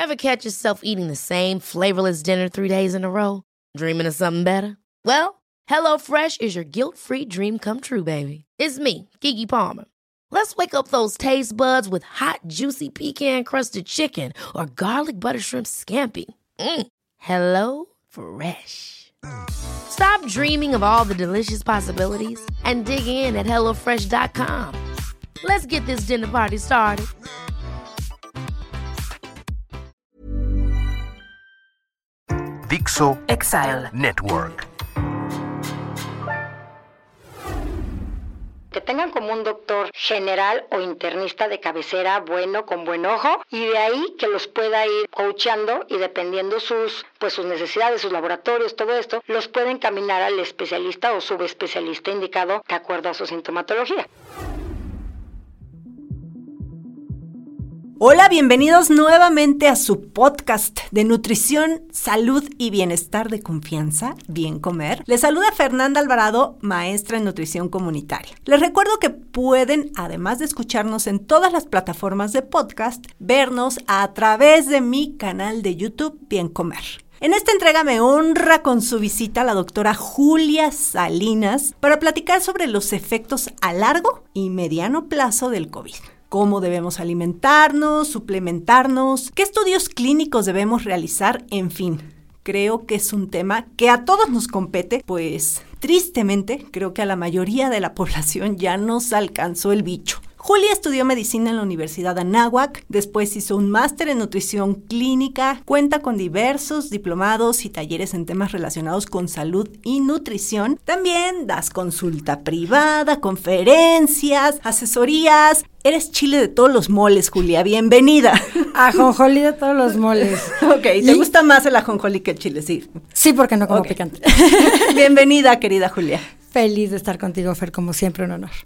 Ever catch yourself eating the same flavorless dinner 3 days in a row? Dreaming of something better? Well, HelloFresh is your guilt-free dream come true, baby. It's me, Keke Palmer. Let's wake up those taste buds with hot, juicy pecan-crusted chicken or garlic butter shrimp scampi. Hello Fresh. Stop dreaming of all the delicious possibilities and dig in at HelloFresh.com. Let's get this dinner party started. Dixo Exile Network. Que tengan como un doctor general o internista de cabecera bueno, con buen ojo, y de ahí que los pueda ir coachando y dependiendo sus necesidades, sus laboratorios, todo esto, los puede encaminar al especialista o subespecialista indicado de acuerdo a su sintomatología. Hola, bienvenidos nuevamente a su podcast de nutrición, salud y bienestar de confianza, Bien Comer. Les saluda Fernanda Alvarado, maestra en nutrición comunitaria. Les recuerdo que pueden, además de escucharnos en todas las plataformas de podcast, vernos a través de mi canal de YouTube, Bien Comer. En esta entrega me honra con su visita la doctora Julia Salinas para platicar sobre los efectos a largo y mediano plazo del COVID. Cómo debemos alimentarnos, suplementarnos, qué estudios clínicos debemos realizar, en fin. Creo que es un tema que a todos nos compete, pues tristemente creo que a la mayoría de la población ya nos alcanzó el bicho. Julia estudió medicina en la Universidad Anáhuac, después hizo un máster en nutrición clínica, cuenta con diversos diplomados y talleres en temas relacionados con salud y nutrición. También das consulta privada, conferencias, asesorías. Eres chile de todos los moles, Julia, bienvenida. Ajonjolí de todos los moles. Ok, ¿te gusta más el ajonjolí que el chile? Sí. Sí, porque no como picante. Bienvenida, querida Julia. Feliz de estar contigo, Fer, como siempre, un honor.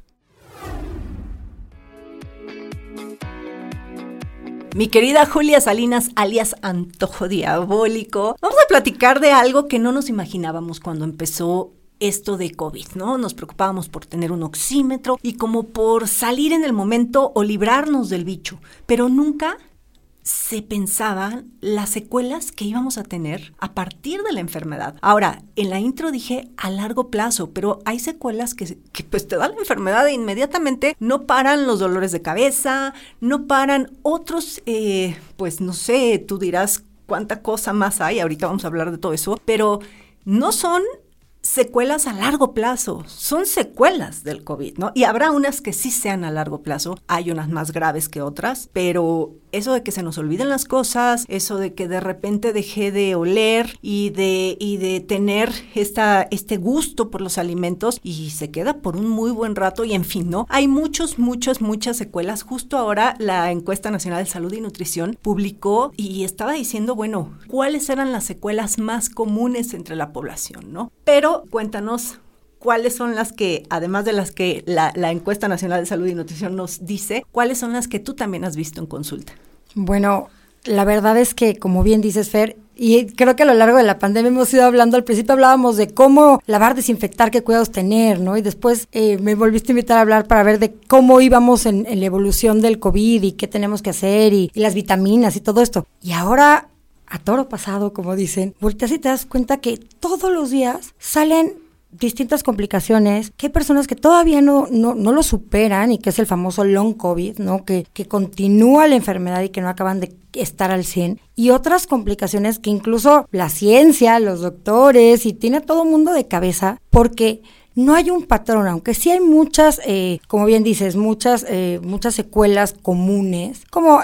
Mi querida Julia Salinas, alias Antojo Diabólico, vamos a platicar de algo que no nos imaginábamos cuando empezó esto de COVID, ¿no? Nos preocupábamos por tener un oxímetro y como por salir en el momento o librarnos del bicho, pero nunca se pensaban las secuelas que íbamos a tener a partir de la enfermedad. Ahora, en la intro dije a largo plazo, pero hay secuelas que pues te da la enfermedad e inmediatamente no paran los dolores de cabeza, no paran otros, pues no sé, tú dirás cuánta cosa más hay, ahorita vamos a hablar de todo eso, pero no son secuelas a largo plazo, son secuelas del COVID, ¿no? Y habrá unas que sí sean a largo plazo, hay unas más graves que otras, pero eso de que se nos olviden las cosas, eso de que de repente dejé de oler y de tener este gusto por los alimentos y se queda por un muy buen rato y en fin, ¿no? Hay muchas secuelas. Justo ahora la Encuesta Nacional de Salud y Nutrición publicó y estaba diciendo, bueno, ¿cuáles eran las secuelas más comunes entre la población, ¿no? Pero cuéntanos, ¿cuáles son las que, además de las que la Encuesta Nacional de Salud y Nutrición nos dice, cuáles son las que tú también has visto en consulta? Bueno, la verdad es que, como bien dices, Fer, y creo que a lo largo de la pandemia hemos ido hablando, al principio hablábamos de cómo lavar, desinfectar, qué cuidados tener, ¿no? Y después me volviste a invitar a hablar para ver de cómo íbamos en la evolución del COVID y qué tenemos que hacer y las vitaminas y todo esto. Y ahora, a toro pasado, como dicen, volteas y te das cuenta que todos los días salen distintas complicaciones, que hay personas que todavía no lo superan y que es el famoso long COVID, ¿no? Que continúa la enfermedad y que no acaban de estar al 100, y otras complicaciones que incluso la ciencia, los doctores, y tiene a todo mundo de cabeza, porque no hay un patrón, aunque sí hay muchas, como bien dices, muchas secuelas comunes, como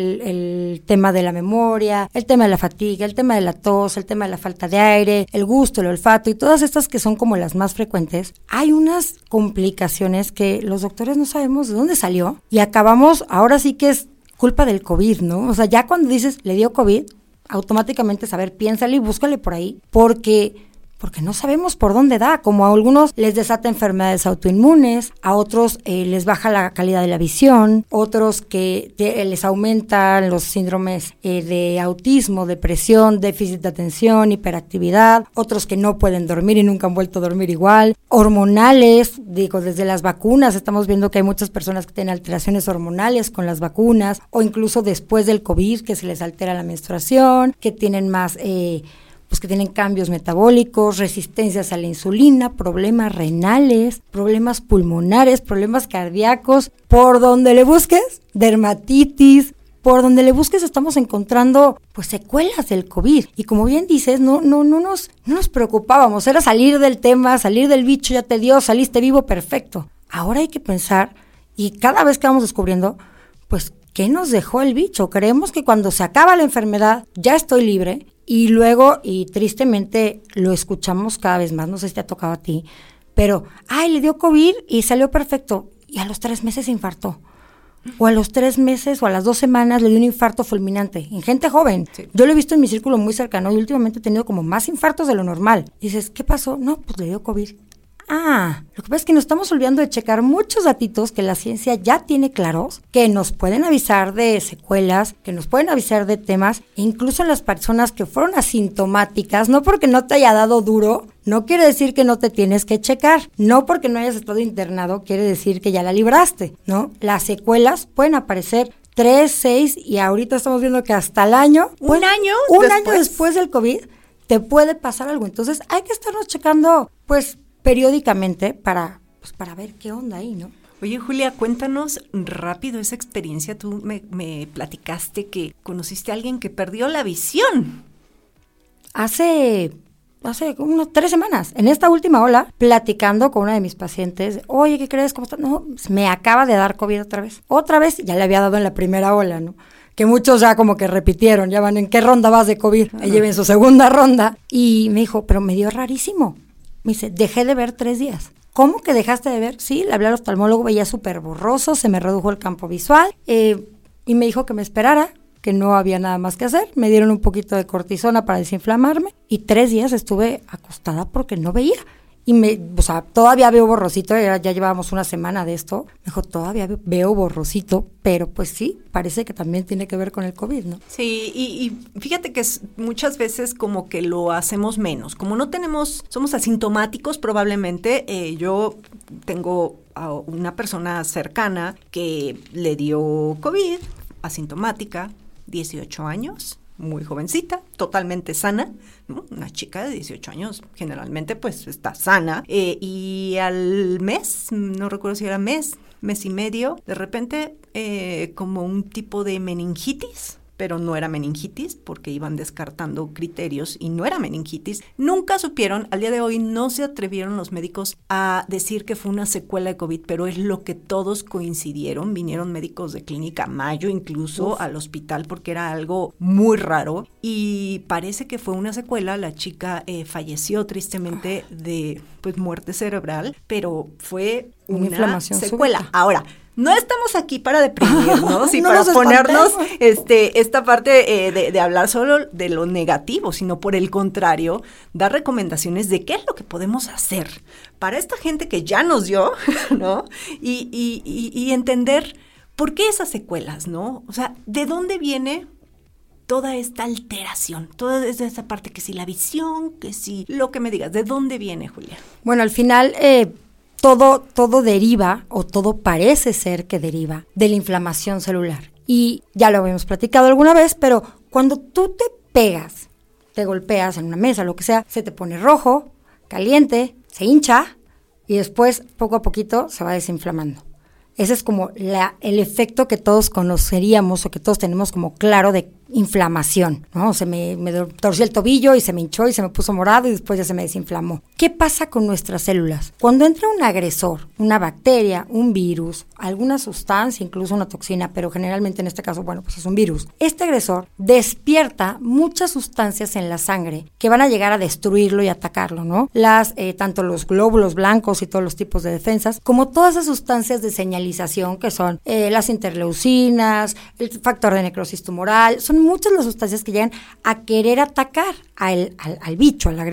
el tema de la memoria, el tema de la fatiga, el tema de la tos, el tema de la falta de aire, el gusto, el olfato y todas estas que son como las más frecuentes. Hay unas complicaciones que los doctores no sabemos de dónde salió y acabamos, ahora sí que es culpa del COVID, ¿no? O sea, ya cuando dices, le dio COVID, automáticamente saber, piénsale y búscale por ahí, porque porque no sabemos por dónde da, como a algunos les desata enfermedades autoinmunes, a otros les baja la calidad de la visión, otros que les aumentan los síndromes de autismo, depresión, déficit de atención, hiperactividad, otros que no pueden dormir y nunca han vuelto a dormir igual, hormonales, desde las vacunas, estamos viendo que hay muchas personas que tienen alteraciones hormonales con las vacunas, o incluso después del COVID, que se les altera la menstruación, que tienen más, que tienen cambios metabólicos, resistencias a la insulina, problemas renales, problemas pulmonares, problemas cardíacos, por donde le busques, dermatitis, por donde le busques estamos encontrando pues secuelas del COVID. Y como bien dices, no nos preocupábamos, era salir del tema, salir del bicho, ya te dio, saliste vivo, perfecto. Ahora hay que pensar, y cada vez que vamos descubriendo, pues, ¿qué nos dejó el bicho? Creemos que cuando se acaba la enfermedad, ya estoy libre, y luego, y tristemente lo escuchamos cada vez más, no sé si te ha tocado a ti, pero, le dio COVID y salió perfecto, y a los 3 meses se infartó. O a los 3 meses o a las 2 semanas le dio un infarto fulminante, en gente joven. Sí. Yo lo he visto en mi círculo muy cercano y últimamente he tenido como más infartos de lo normal. Y dices, ¿qué pasó? No, pues le dio COVID. Lo que pasa es que nos estamos olvidando de checar muchos datitos que la ciencia ya tiene claros, que nos pueden avisar de secuelas, que nos pueden avisar de temas, e incluso las personas que fueron asintomáticas, no porque no te haya dado duro, no quiere decir que no te tienes que checar, no porque no hayas estado internado, quiere decir que ya la libraste, ¿no? Las secuelas pueden aparecer 3, 6 y ahorita estamos viendo que hasta el año, un año después del COVID, te puede pasar algo. Entonces hay que estarnos checando, pues, periódicamente para ver qué onda ahí, ¿no? Oye, Julia, cuéntanos rápido esa experiencia. Tú me platicaste que conociste a alguien que perdió la visión. Hace unas 3 semanas, en esta última ola, platicando con una de mis pacientes, oye, ¿qué crees? ¿Cómo estás? No, me acaba de dar COVID otra vez. Otra vez, ya le había dado en la primera ola, ¿no? Que muchos ya como que repitieron, ya van, ¿en qué ronda vas de COVID? Ahí lleven su segunda ronda. Y me dijo, pero me dio rarísimo. Me dice, dejé de ver 3 días. ¿Cómo que dejaste de ver? Sí, le hablé al oftalmólogo, veía súper borroso, se me redujo el campo visual, y me dijo que me esperara, que no había nada más que hacer. Me dieron un poquito de cortisona para desinflamarme, y 3 días estuve acostada porque no veía. Y todavía veo borrosito, ya llevábamos una semana de esto. Me dijo, todavía veo borrosito, pero pues sí, parece que también tiene que ver con el COVID, ¿no? Sí, y fíjate que muchas veces como que lo hacemos menos. Como somos asintomáticos probablemente, yo tengo a una persona cercana que le dio COVID, asintomática, 18 años. Muy jovencita, totalmente sana, ¿no? Una chica de 18 años generalmente pues está sana, y al mes, no recuerdo si era mes y medio, de repente como un tipo de meningitis, pero no era meningitis porque iban descartando criterios y no era meningitis. Nunca supieron, al día de hoy no se atrevieron los médicos a decir que fue una secuela de COVID, pero es lo que todos coincidieron. Vinieron médicos de Clínica Mayo incluso al hospital porque era algo muy raro y parece que fue una secuela. La chica falleció tristemente de pues muerte cerebral, pero fue una inflamación secuela. súbita. Ahora, no estamos aquí para deprimirnos y no para ponernos esta parte de hablar solo de lo negativo, sino por el contrario, dar recomendaciones de qué es lo que podemos hacer para esta gente que ya nos dio, ¿no? Y entender por qué esas secuelas, ¿no? O sea, ¿de dónde viene toda esta alteración? Toda esa parte, que si la visión, que si lo que me digas, ¿de dónde viene, Julia? Bueno, al final todo deriva, o todo parece ser que deriva, de la inflamación celular. Y ya lo habíamos platicado alguna vez, pero cuando tú te pegas, te golpeas en una mesa, lo que sea, se te pone rojo, caliente, se hincha, y después, poco a poquito, se va desinflamando. Ese es como el efecto que todos conoceríamos, o que todos tenemos como claro, de inflamación, ¿no? Me torció el tobillo y se me hinchó y se me puso morado y después ya se me desinflamó. ¿Qué pasa con nuestras células? Cuando entra un agresor, una bacteria, un virus, alguna sustancia, incluso una toxina, pero generalmente en este caso, bueno, pues es un virus. Este agresor despierta muchas sustancias en la sangre que van a llegar a destruirlo y atacarlo, ¿no? Tanto los glóbulos blancos y todos los tipos de defensas, como todas esas sustancias de señalización que son las interleucinas, el factor de necrosis tumoral, son muchas las sustancias que llegan a querer atacar al bicho, al agresor.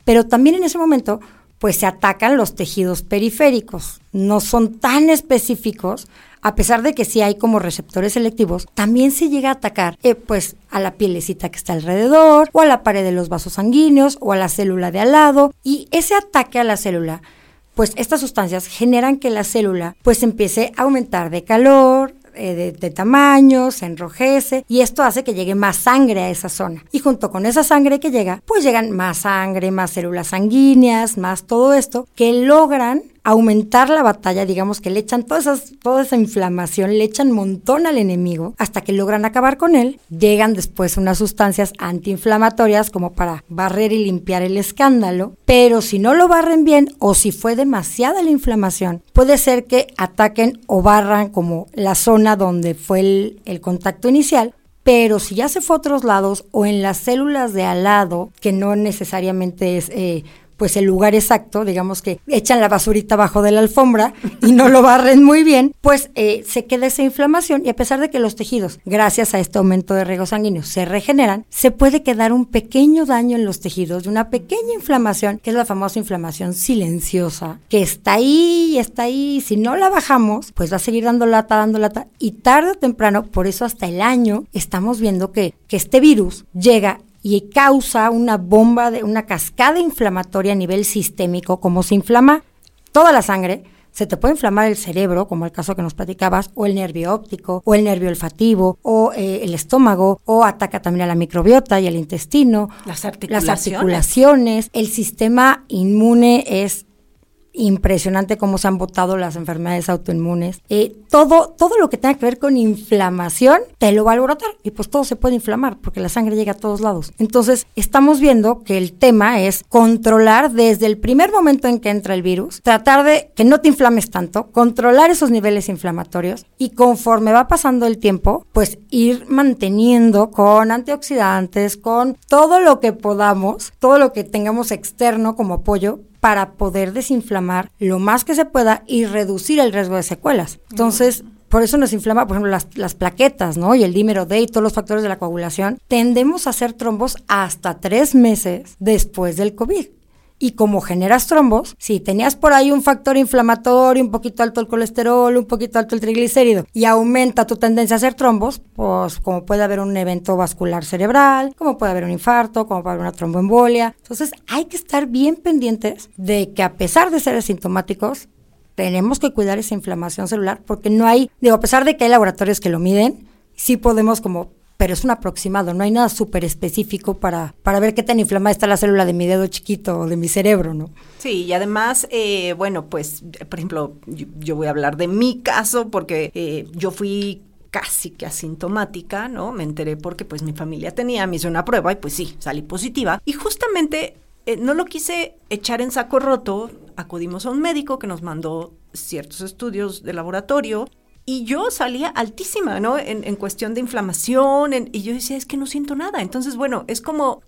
pero también en ese momento pues se atacan los tejidos periféricos. No son tan específicos, a pesar de que sí hay como receptores selectivos, también se llega a atacar pues a la pielecita que está alrededor, o a la pared de los vasos sanguíneos, o a la célula de al lado. Y ese ataque a la célula, pues estas sustancias generan que la célula pues empiece a aumentar de calor, de tamaño, se enrojece, y esto hace que llegue más sangre a esa zona. Y junto con esa sangre que llega, pues llegan más sangre, más células sanguíneas, más todo esto, que logran aumentar la batalla, digamos que le echan toda esa inflamación, le echan un montón al enemigo hasta que logran acabar con él. Llegan después unas sustancias antiinflamatorias como para barrer y limpiar el escándalo, pero si no lo barren bien o si fue demasiada la inflamación, puede ser que ataquen o barran como la zona donde fue el contacto inicial. Pero si ya se fue a otros lados o en las células de al lado, que no necesariamente es pues el lugar exacto, digamos que echan la basurita abajo de la alfombra y no lo barren muy bien, pues se queda esa inflamación, y a pesar de que los tejidos, gracias a este aumento de riego sanguíneo, se regeneran, se puede quedar un pequeño daño en los tejidos de una pequeña inflamación, que es la famosa inflamación silenciosa, que está ahí, y si no la bajamos, pues va a seguir dando lata, y tarde o temprano, por eso hasta el año, estamos viendo que este virus llega y causa una una cascada inflamatoria a nivel sistémico. Como se inflama toda la sangre, se te puede inflamar el cerebro, como el caso que nos platicabas, o el nervio óptico, o el nervio olfativo, o el estómago, o ataca también a la microbiota y el intestino, las articulaciones. El sistema inmune es impresionante cómo se han botado las enfermedades autoinmunes. Todo lo que tenga que ver con inflamación te lo va a alborotar, y pues todo se puede inflamar porque la sangre llega a todos lados. Entonces estamos viendo que el tema es controlar desde el primer momento en que entra el virus, tratar de que no te inflames tanto, controlar esos niveles inflamatorios, y conforme va pasando el tiempo, pues ir manteniendo con antioxidantes, con todo lo que podamos, todo lo que tengamos externo como apoyo, para poder desinflamar lo más que se pueda y reducir el riesgo de secuelas. Entonces, por eso nos inflama, por ejemplo, las plaquetas, ¿no? Y el dímero D y todos los factores de la coagulación. Tendemos a hacer trombos hasta 3 meses después del COVID. Y como generas trombos, si tenías por ahí un factor inflamatorio, un poquito alto el colesterol, un poquito alto el triglicérido, y aumenta tu tendencia a hacer trombos, pues como puede haber un evento vascular cerebral, como puede haber un infarto, como puede haber una tromboembolia. Entonces hay que estar bien pendientes de que, a pesar de ser asintomáticos, tenemos que cuidar esa inflamación celular, porque no hay, a pesar de que hay laboratorios que lo miden, sí podemos pero es un aproximado, no hay nada súper específico para ver qué tan inflamada está la célula de mi dedo chiquito o de mi cerebro, ¿no? Sí, y además, bueno, pues, por ejemplo, yo voy a hablar de mi caso, porque yo fui casi que asintomática, ¿no? Me enteré porque pues mi familia tenía, me hice una prueba y pues sí, salí positiva. Y justamente no lo quise echar en saco roto, acudimos a un médico que nos mandó ciertos estudios de laboratorio, y yo salía altísima, ¿no? En cuestión de inflamación, y yo decía, es que no siento nada. Entonces, bueno, es como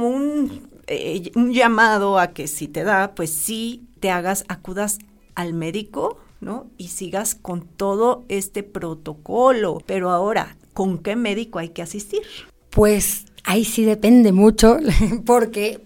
un llamado a que si te da, pues sí acudas al médico, ¿no? Y sigas con todo este protocolo. Pero ahora, ¿con qué médico hay que asistir? Pues ahí sí depende mucho, porque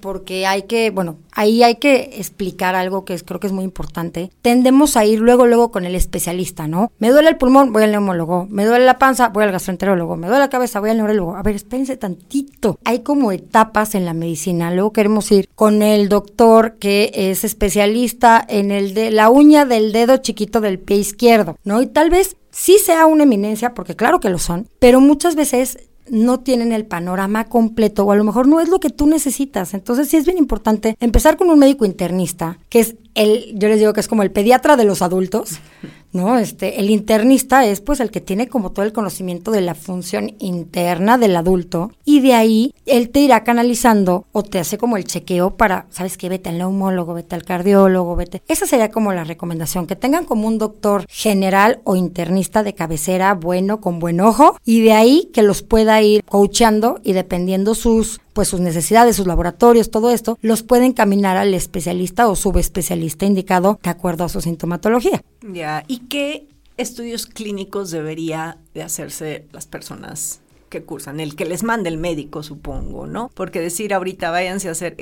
ahí hay que explicar algo que creo que es muy importante. Tendemos a ir luego con el especialista, ¿no? Me duele el pulmón, voy al neumólogo. Me duele la panza, voy al gastroenterólogo. Me duele la cabeza, voy al neurólogo. A ver, espérense tantito. Hay como etapas en la medicina. Luego queremos ir con el doctor que es especialista en la uña del dedo chiquito del pie izquierdo, ¿no? Y tal vez sí sea una eminencia, porque claro que lo son, pero muchas veces no tienen el panorama completo, o a lo mejor no es lo que tú necesitas. Entonces sí es bien importante empezar con un médico internista, que es yo les digo que es como el pediatra de los adultos, ¿no? El internista es pues el que tiene como todo el conocimiento de la función interna del adulto, y de ahí él te irá canalizando o te hace como el chequeo para, ¿sabes qué? Vete al neumólogo, vete al cardiólogo, Esa sería como la recomendación, que tengan como un doctor general o internista de cabecera bueno, con buen ojo, y de ahí que los pueda ir coachando, y dependiendo sus necesidades, sus laboratorios, todo esto, los pueden caminar al especialista o subespecialista indicado de acuerdo a su sintomatología. Ya, ¿y qué estudios clínicos debería de hacerse las personas que cursan, el que les mande el médico, supongo, ¿no? Porque decir ahorita váyanse a hacer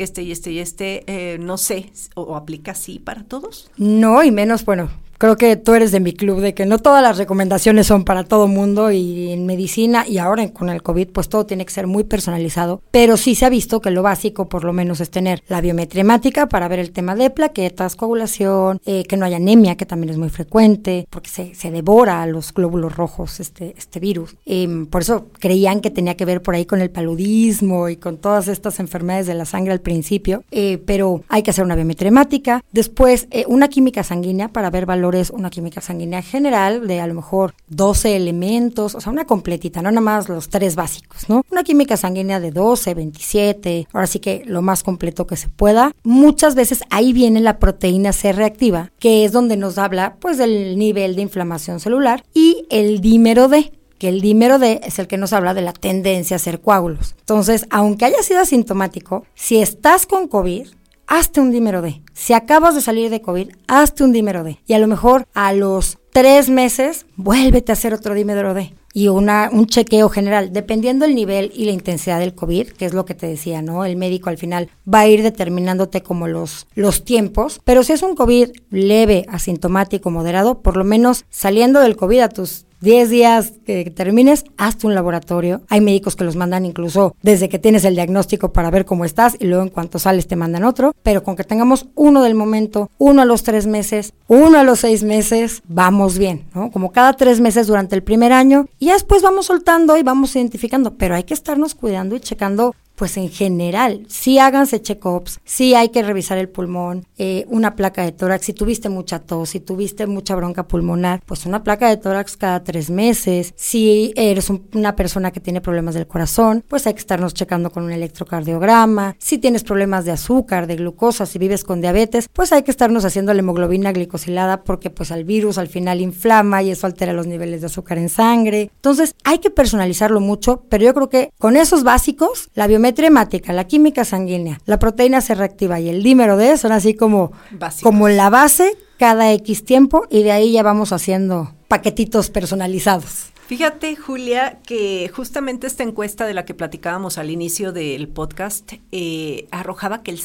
no sé, o aplica así para todos. No, y menos, bueno, creo que tú eres de mi club, de que no todas las recomendaciones son para todo mundo, y en medicina y ahora con el COVID, pues todo tiene que ser muy personalizado, pero sí se ha visto que lo básico por lo menos es tener la biometría hemática para ver el tema de plaquetas, coagulación, que no haya anemia, que también es muy frecuente, porque se devora a los glóbulos rojos este virus. Por eso creían que tenía que ver por ahí con el paludismo y con todas estas enfermedades de la sangre al principio, pero hay que hacer una biometría hemática, después una química sanguínea para ver valores, una química sanguínea general de a lo mejor 12 elementos, o sea, una completita, no nada más los 3 básicos, ¿no? Una química sanguínea de 12, 27, ahora sí que lo más completo que se pueda. Muchas veces ahí viene la proteína C reactiva, que es donde nos habla pues del nivel de inflamación celular, y el dímero D, que el dímero D es el que nos habla de la tendencia a hacer coágulos. Entonces, aunque haya sido asintomático, si estás con COVID, hazte un dímero D. Si acabas de salir de COVID, hazte un dímero D. Y a lo mejor a los 3 meses, vuélvete a hacer otro dímero D. Y un chequeo general, dependiendo el nivel y la intensidad del COVID, que es lo que te decía, ¿no? El médico al final va a ir determinándote como los tiempos, pero si es un COVID leve, asintomático, moderado, por lo menos saliendo del COVID a tus 10 días que termines, hazte un laboratorio. Hay médicos que los mandan incluso desde que tienes el diagnóstico para ver cómo estás, y luego en cuanto sales te mandan otro, pero con que tengamos uno del momento, uno a los 3 meses, uno a los 6 meses, vamos bien, ¿no? Como cada 3 meses durante el primer año, y ya después vamos soltando y vamos identificando, pero hay que estarnos cuidando y checando. Pues en general, sí háganse check-ups, sí hay que revisar el pulmón, una placa de tórax, si tuviste mucha tos, si tuviste mucha bronca pulmonar, pues una placa de tórax cada 3 meses, si eres una persona que tiene problemas del corazón, pues hay que estarnos checando con un electrocardiograma, si tienes problemas de azúcar, de glucosa, si vives con diabetes, pues hay que estarnos haciendo la hemoglobina glicosilada, porque pues el virus al final inflama y eso altera los niveles de azúcar en sangre. Entonces hay que personalizarlo mucho, pero yo creo que con esos básicos, la biometría hemática, la química sanguínea, la proteína C reactiva y el dímero D son así como la base cada X tiempo, y de ahí ya vamos haciendo paquetitos personalizados. Fíjate, Julia, que justamente esta encuesta de la que platicábamos al inicio del podcast arrojaba que el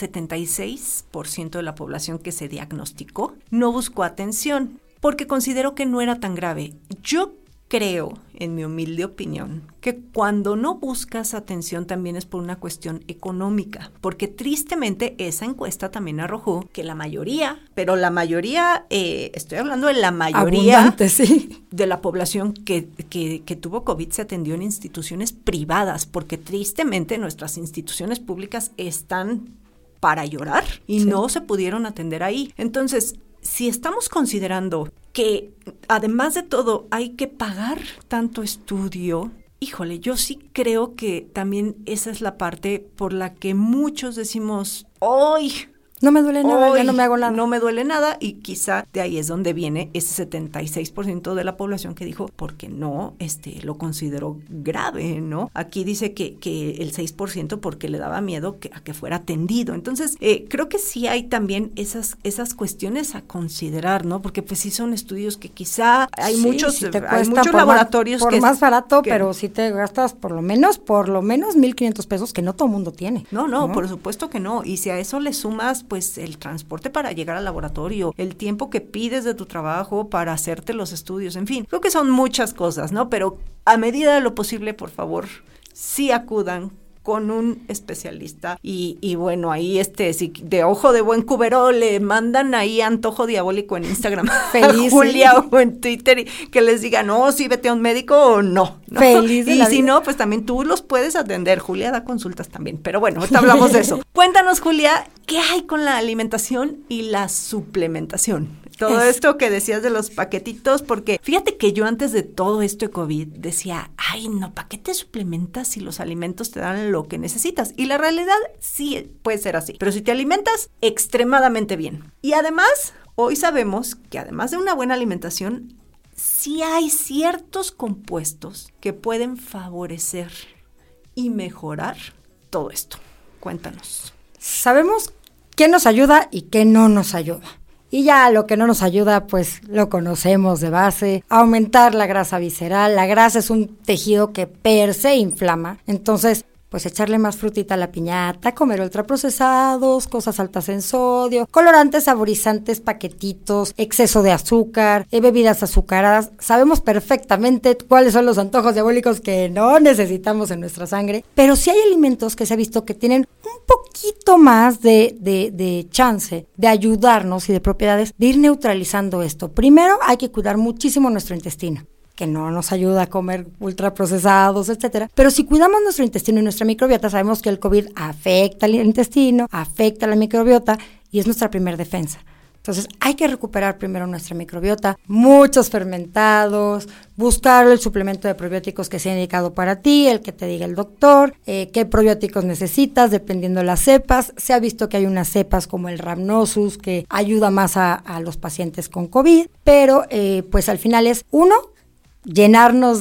76% de la población que se diagnosticó no buscó atención porque consideró que no era tan grave. Yo creo, en mi humilde opinión, que cuando no buscas atención también es por una cuestión económica, porque tristemente esa encuesta también arrojó que la mayoría, estoy hablando de la mayoría abundante, sí, de la población que tuvo COVID se atendió en instituciones privadas, porque tristemente nuestras instituciones públicas están para llorar y no se pudieron atender ahí. Entonces, si estamos considerando que además de todo hay que pagar tanto estudio, híjole, yo sí creo que también esa es la parte por la que muchos decimos, ¡ay! No me duele nada, ya no me hago nada. No me duele nada, y quizá de ahí es donde viene ese 76% de la población que dijo, porque no, lo consideró grave, ¿no? Aquí dice que el 6% porque le daba miedo a que fuera atendido. Entonces, creo que sí hay también esas cuestiones a considerar, ¿no? Porque pues sí son estudios que quizá hay muchos laboratorios por más barato, pero sí te gastas por lo menos 1,500 pesos que no todo mundo tiene. No, por supuesto que no. Y si a eso le sumas pues el transporte para llegar al laboratorio, el tiempo que pides de tu trabajo para hacerte los estudios, en fin, creo que son muchas cosas, ¿no? Pero a medida de lo posible, por favor, sí acudan con un especialista y bueno, ahí si de ojo de buen cubero le mandan ahí antojo diabólico en Instagram feliz, a Julia, sí, o en Twitter, y que les diga, no, sí, vete a un médico o no. Feliz y si no, pues también tú los puedes atender. Julia da consultas también, pero bueno, ahorita hablamos de eso. Cuéntanos, Julia, ¿qué hay con la alimentación y la suplementación? Todo esto que decías de los paquetitos, porque fíjate que yo antes de todo esto de COVID decía, ay, no, ¿para qué te suplementas si los alimentos te dan lo que necesitas? Y la realidad sí puede ser así, pero si te alimentas extremadamente bien. Y además, hoy sabemos que además de una buena alimentación, sí hay ciertos compuestos que pueden favorecer y mejorar todo esto. Cuéntanos. Sabemos qué nos ayuda y qué no nos ayuda. Y ya lo que no nos ayuda, pues lo conocemos de base. Aumentar la grasa visceral. La grasa es un tejido que per se inflama. Entonces, pues echarle más frutita a la piñata, comer ultraprocesados, cosas altas en sodio, colorantes, saborizantes, paquetitos, exceso de azúcar, bebidas azucaradas. Sabemos perfectamente cuáles son los antojos diabólicos que no necesitamos en nuestra sangre, pero sí hay alimentos que se ha visto que tienen un poquito más de chance de ayudarnos y de propiedades de ir neutralizando esto. Primero hay que cuidar muchísimo nuestro intestino, que no nos ayuda a comer ultraprocesados, etcétera. Pero si cuidamos nuestro intestino y nuestra microbiota, sabemos que el COVID afecta al intestino, afecta a la microbiota y es nuestra primera defensa. Entonces, hay que recuperar primero nuestra microbiota, muchos fermentados, buscar el suplemento de probióticos que sea indicado para ti, el que te diga el doctor, qué probióticos necesitas, dependiendo de las cepas. Se ha visto que hay unas cepas como el Rhamnosus que ayuda más a los pacientes con COVID, pero pues al final es llenarnos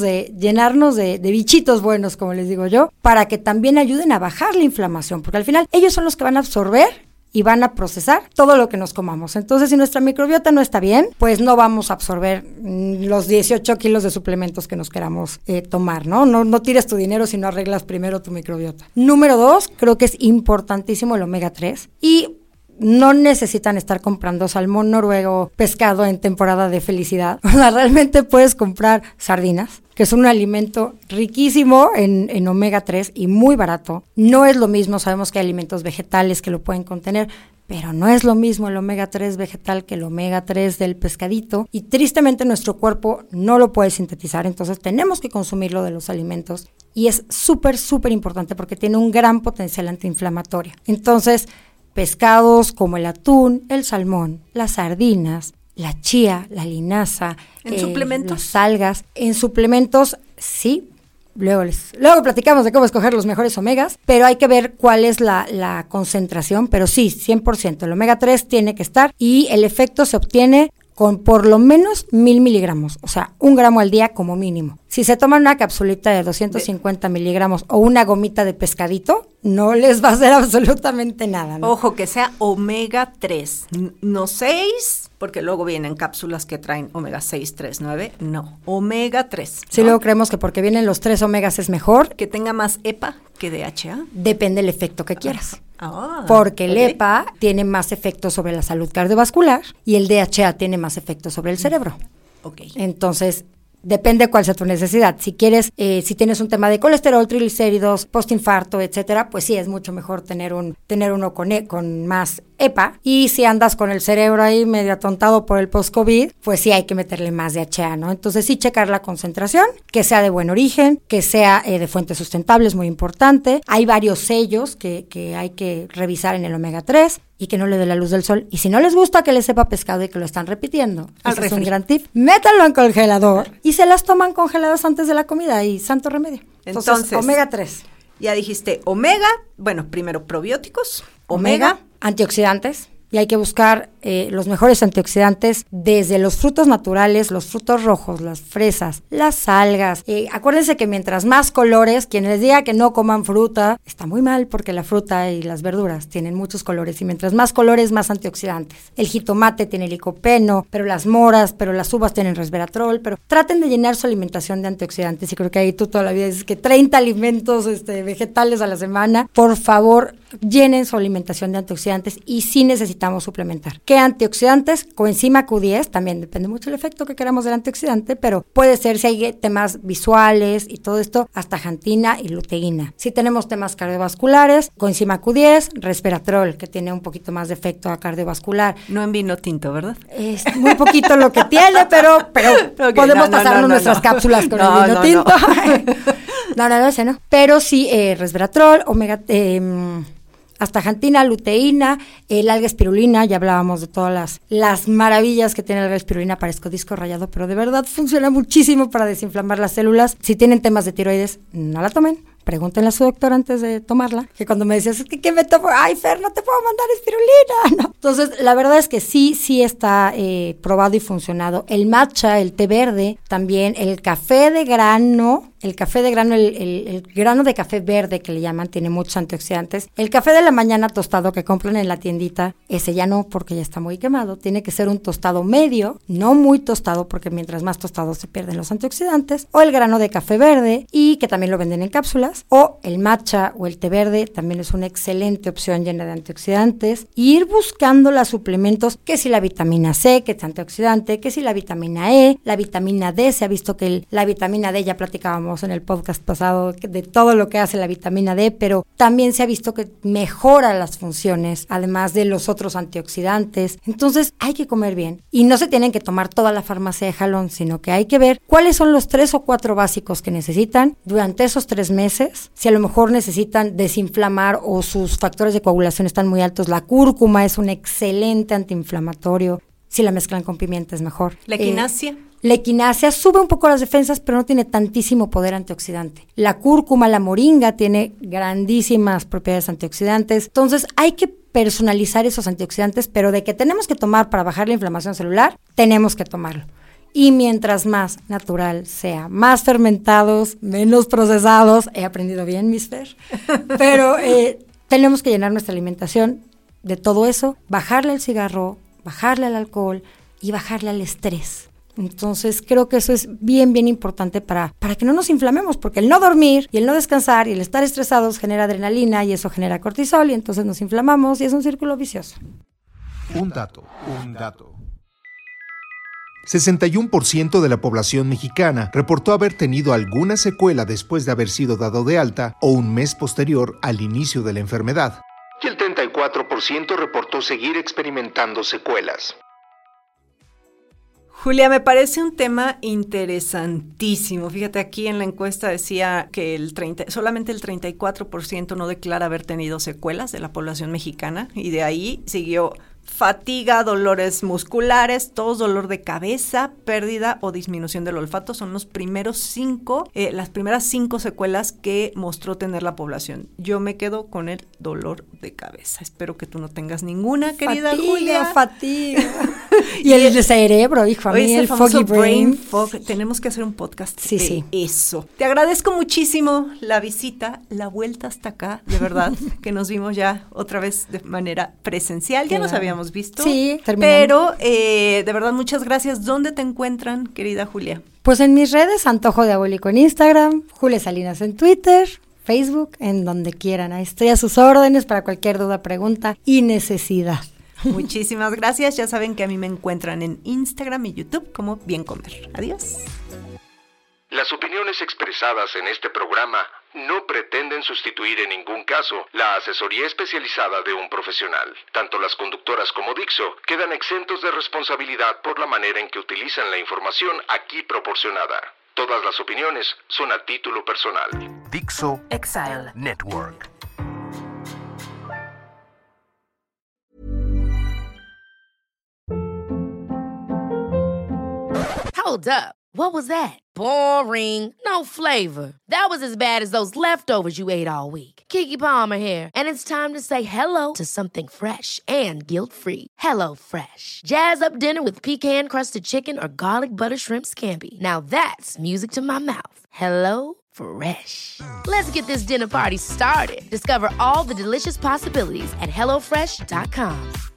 de bichitos buenos, como les digo yo, para que también ayuden a bajar la inflamación, porque al final ellos son los que van a absorber y van a procesar todo lo que nos comamos. Entonces, si nuestra microbiota no está bien, pues no vamos a absorber los 18 kilos de suplementos que nos queramos tomar, ¿no? No tires tu dinero si no arreglas primero tu microbiota. Número 2, creo que es importantísimo el omega 3 y no necesitan estar comprando salmón noruego, pescado en temporada de felicidad. O sea, realmente puedes comprar sardinas, que es un alimento riquísimo en omega 3 y muy barato. No es lo mismo, sabemos que hay alimentos vegetales que lo pueden contener, pero no es lo mismo el omega 3 vegetal que el omega 3 del pescadito. Y tristemente nuestro cuerpo no lo puede sintetizar, entonces tenemos que consumirlo de los alimentos. Y es súper, súper importante porque tiene un gran potencial antiinflamatorio. Entonces, pescados como el atún, el salmón, las sardinas, la chía, la linaza. ¿En suplementos? Las algas. En suplementos, sí. Luego platicamos de cómo escoger los mejores omegas, pero hay que ver cuál es la concentración. Pero sí, 100%. El omega 3 tiene que estar y el efecto se obtiene con por lo menos 1000 miligramos, o sea, 1 gramo al día como mínimo. Si se toman una capsulita de 250 miligramos o una gomita de pescadito, no les va a hacer absolutamente nada, ¿no? Ojo, que sea omega 3, no 6, porque luego vienen cápsulas que traen omega 6, 3, 9, no, omega 3. Si ¿no? luego creemos que porque vienen los 3 omegas es mejor. Que tenga más EPA que DHA. Depende del efecto que quieras. Porque el EPA tiene más efecto sobre la salud cardiovascular y el DHA tiene más efecto sobre el cerebro. Entonces, depende cuál sea tu necesidad. Si quieres, si tienes un tema de colesterol, triglicéridos, postinfarto, etcétera, pues sí, es mucho mejor tener uno con más EPA. Y si andas con el cerebro ahí medio atontado por el post-COVID, pues sí hay que meterle más DHA, ¿no? Entonces sí checar la concentración, que sea de buen origen, que sea de fuentes sustentables, muy importante. Hay varios sellos que hay que revisar en el omega 3 y que no le dé la luz del sol. Y si no les gusta que les sepa pescado y que lo están repitiendo, ese es un gran tip. Métanlo en congelador y se las toman congeladas antes de la comida y santo remedio. Entonces omega 3. Ya dijiste omega, bueno, primero probióticos, omega, antioxidantes. Y hay que buscar los mejores antioxidantes desde los frutos naturales, los frutos rojos, las fresas, las algas. Acuérdense que mientras más colores, quien les diga que no coman fruta, está muy mal porque la fruta y las verduras tienen muchos colores y mientras más colores, más antioxidantes. El jitomate tiene licopeno, pero las moras, pero las uvas tienen resveratrol, pero traten de llenar su alimentación de antioxidantes y creo que ahí tú toda la vida dices que 30 alimentos vegetales a la semana. Por favor, llenen su alimentación de antioxidantes y sí necesitamos suplementar. ¿Qué antioxidantes? Coenzima Q10, también depende mucho del efecto que queramos del antioxidante, pero puede ser si hay temas visuales y todo esto, astaxantina y luteína. Si tenemos temas cardiovasculares, coenzima Q10, resveratrol, que tiene un poquito más de efecto cardiovascular. No en vino tinto, ¿verdad? Es muy poquito lo que tiene, pero okay, podemos pasarnos nuestras cápsulas con el vino tinto. No, ese no. Pero sí, resveratrol, omega... astaxantina, luteína, el alga espirulina, ya hablábamos de todas las maravillas que tiene el alga espirulina, parezco disco rayado, pero de verdad funciona muchísimo para desinflamar las células. Si tienen temas de tiroides, no la tomen. Pregúntenle a su doctor antes de tomarla, que cuando me decías, ¿qué me tomo? Ay, Fer, no te puedo mandar espirulina, ¿no? Entonces, la verdad es que sí está probado y funcionado. El matcha, el té verde, también el café de grano, el café de grano, el grano de café verde que le llaman, tiene muchos antioxidantes. El café de la mañana tostado que compran en la tiendita, ese ya no, porque ya está muy quemado. Tiene que ser un tostado medio, no muy tostado, porque mientras más tostado se pierden los antioxidantes. O el grano de café verde, y que también lo venden en cápsulas. O el matcha o el té verde, también es una excelente opción llena de antioxidantes. Y ir buscando los suplementos, que si la vitamina C, que es antioxidante, que si la vitamina E, la vitamina D. Se ha visto que la vitamina D, ya platicábamos en el podcast pasado de todo lo que hace la vitamina D, pero también se ha visto que mejora las funciones, además de los otros antioxidantes. Entonces hay que comer bien y no se tienen que tomar toda la farmacia de jalón, sino que hay que ver cuáles son los 3 o 4 básicos que necesitan durante esos 3 meses. Si a lo mejor necesitan desinflamar o sus factores de coagulación están muy altos, la cúrcuma es un excelente antiinflamatorio. Si la mezclan con pimienta es mejor. ¿La equinacia? La equinacia sube un poco las defensas, pero no tiene tantísimo poder antioxidante. La cúrcuma, la moringa, tiene grandísimas propiedades antioxidantes. Entonces, hay que personalizar esos antioxidantes, pero de que tenemos que tomar para bajar la inflamación celular, tenemos que tomarlo. Y mientras más natural sea, más fermentados, menos procesados, he aprendido bien, Miss Fer, pero tenemos que llenar nuestra alimentación de todo eso, bajarle al cigarro, bajarle al alcohol y bajarle al estrés. Entonces creo que eso es bien, bien importante para que no nos inflamemos, porque el no dormir y el no descansar y el estar estresados genera adrenalina y eso genera cortisol y entonces nos inflamamos y es un círculo vicioso. Un dato. 61% de la población mexicana reportó haber tenido alguna secuela después de haber sido dado de alta o un mes posterior al inicio de la enfermedad. Y el 34% reportó seguir experimentando secuelas. Julia, me parece un tema interesantísimo. Fíjate, aquí en la encuesta decía que solamente el 34% no declara haber tenido secuelas de la población mexicana, y de ahí siguió fatiga, dolores musculares, tos, dolor de cabeza, pérdida o disminución del olfato. Son las primeras 5 secuelas que mostró tener la población. Yo me quedo con el dolor de cabeza. Espero que tú no tengas ninguna, querida Julia. Fatiga. Y el de cerebro, hijo, a mí el foggy brain fog. Tenemos que hacer un podcast de eso. Te agradezco muchísimo la visita, la vuelta hasta acá, de verdad, que nos vimos ya otra vez de manera presencial. Ya nos habíamos visto. Sí, terminando. Pero, de verdad, muchas gracias. ¿Dónde te encuentran, querida Julia? Pues en mis redes, Antojo Diabólico en Instagram, Julia Salinas en Twitter, Facebook, en donde quieran. Ahí estoy a sus órdenes para cualquier duda, pregunta y necesidad. Muchísimas gracias. Ya saben que a mí me encuentran en Instagram y YouTube como Bien Comer. Adiós. Las opiniones expresadas en este programa no pretenden sustituir en ningún caso la asesoría especializada de un profesional. Tanto las conductoras como Dixo quedan exentos de responsabilidad por la manera en que utilizan la información aquí proporcionada. Todas las opiniones son a título personal. Dixo Exile Network. Hold up. What was that? Boring. No flavor. That was as bad as those leftovers you ate all week. Keke Palmer here, and it's time to say hello to something fresh and guilt-free. Hello Fresh. Jazz up dinner with pecan-crusted chicken or garlic butter shrimp scampi. Now that's music to my mouth. Hello Fresh. Let's get this dinner party started. Discover all the delicious possibilities at HelloFresh.com.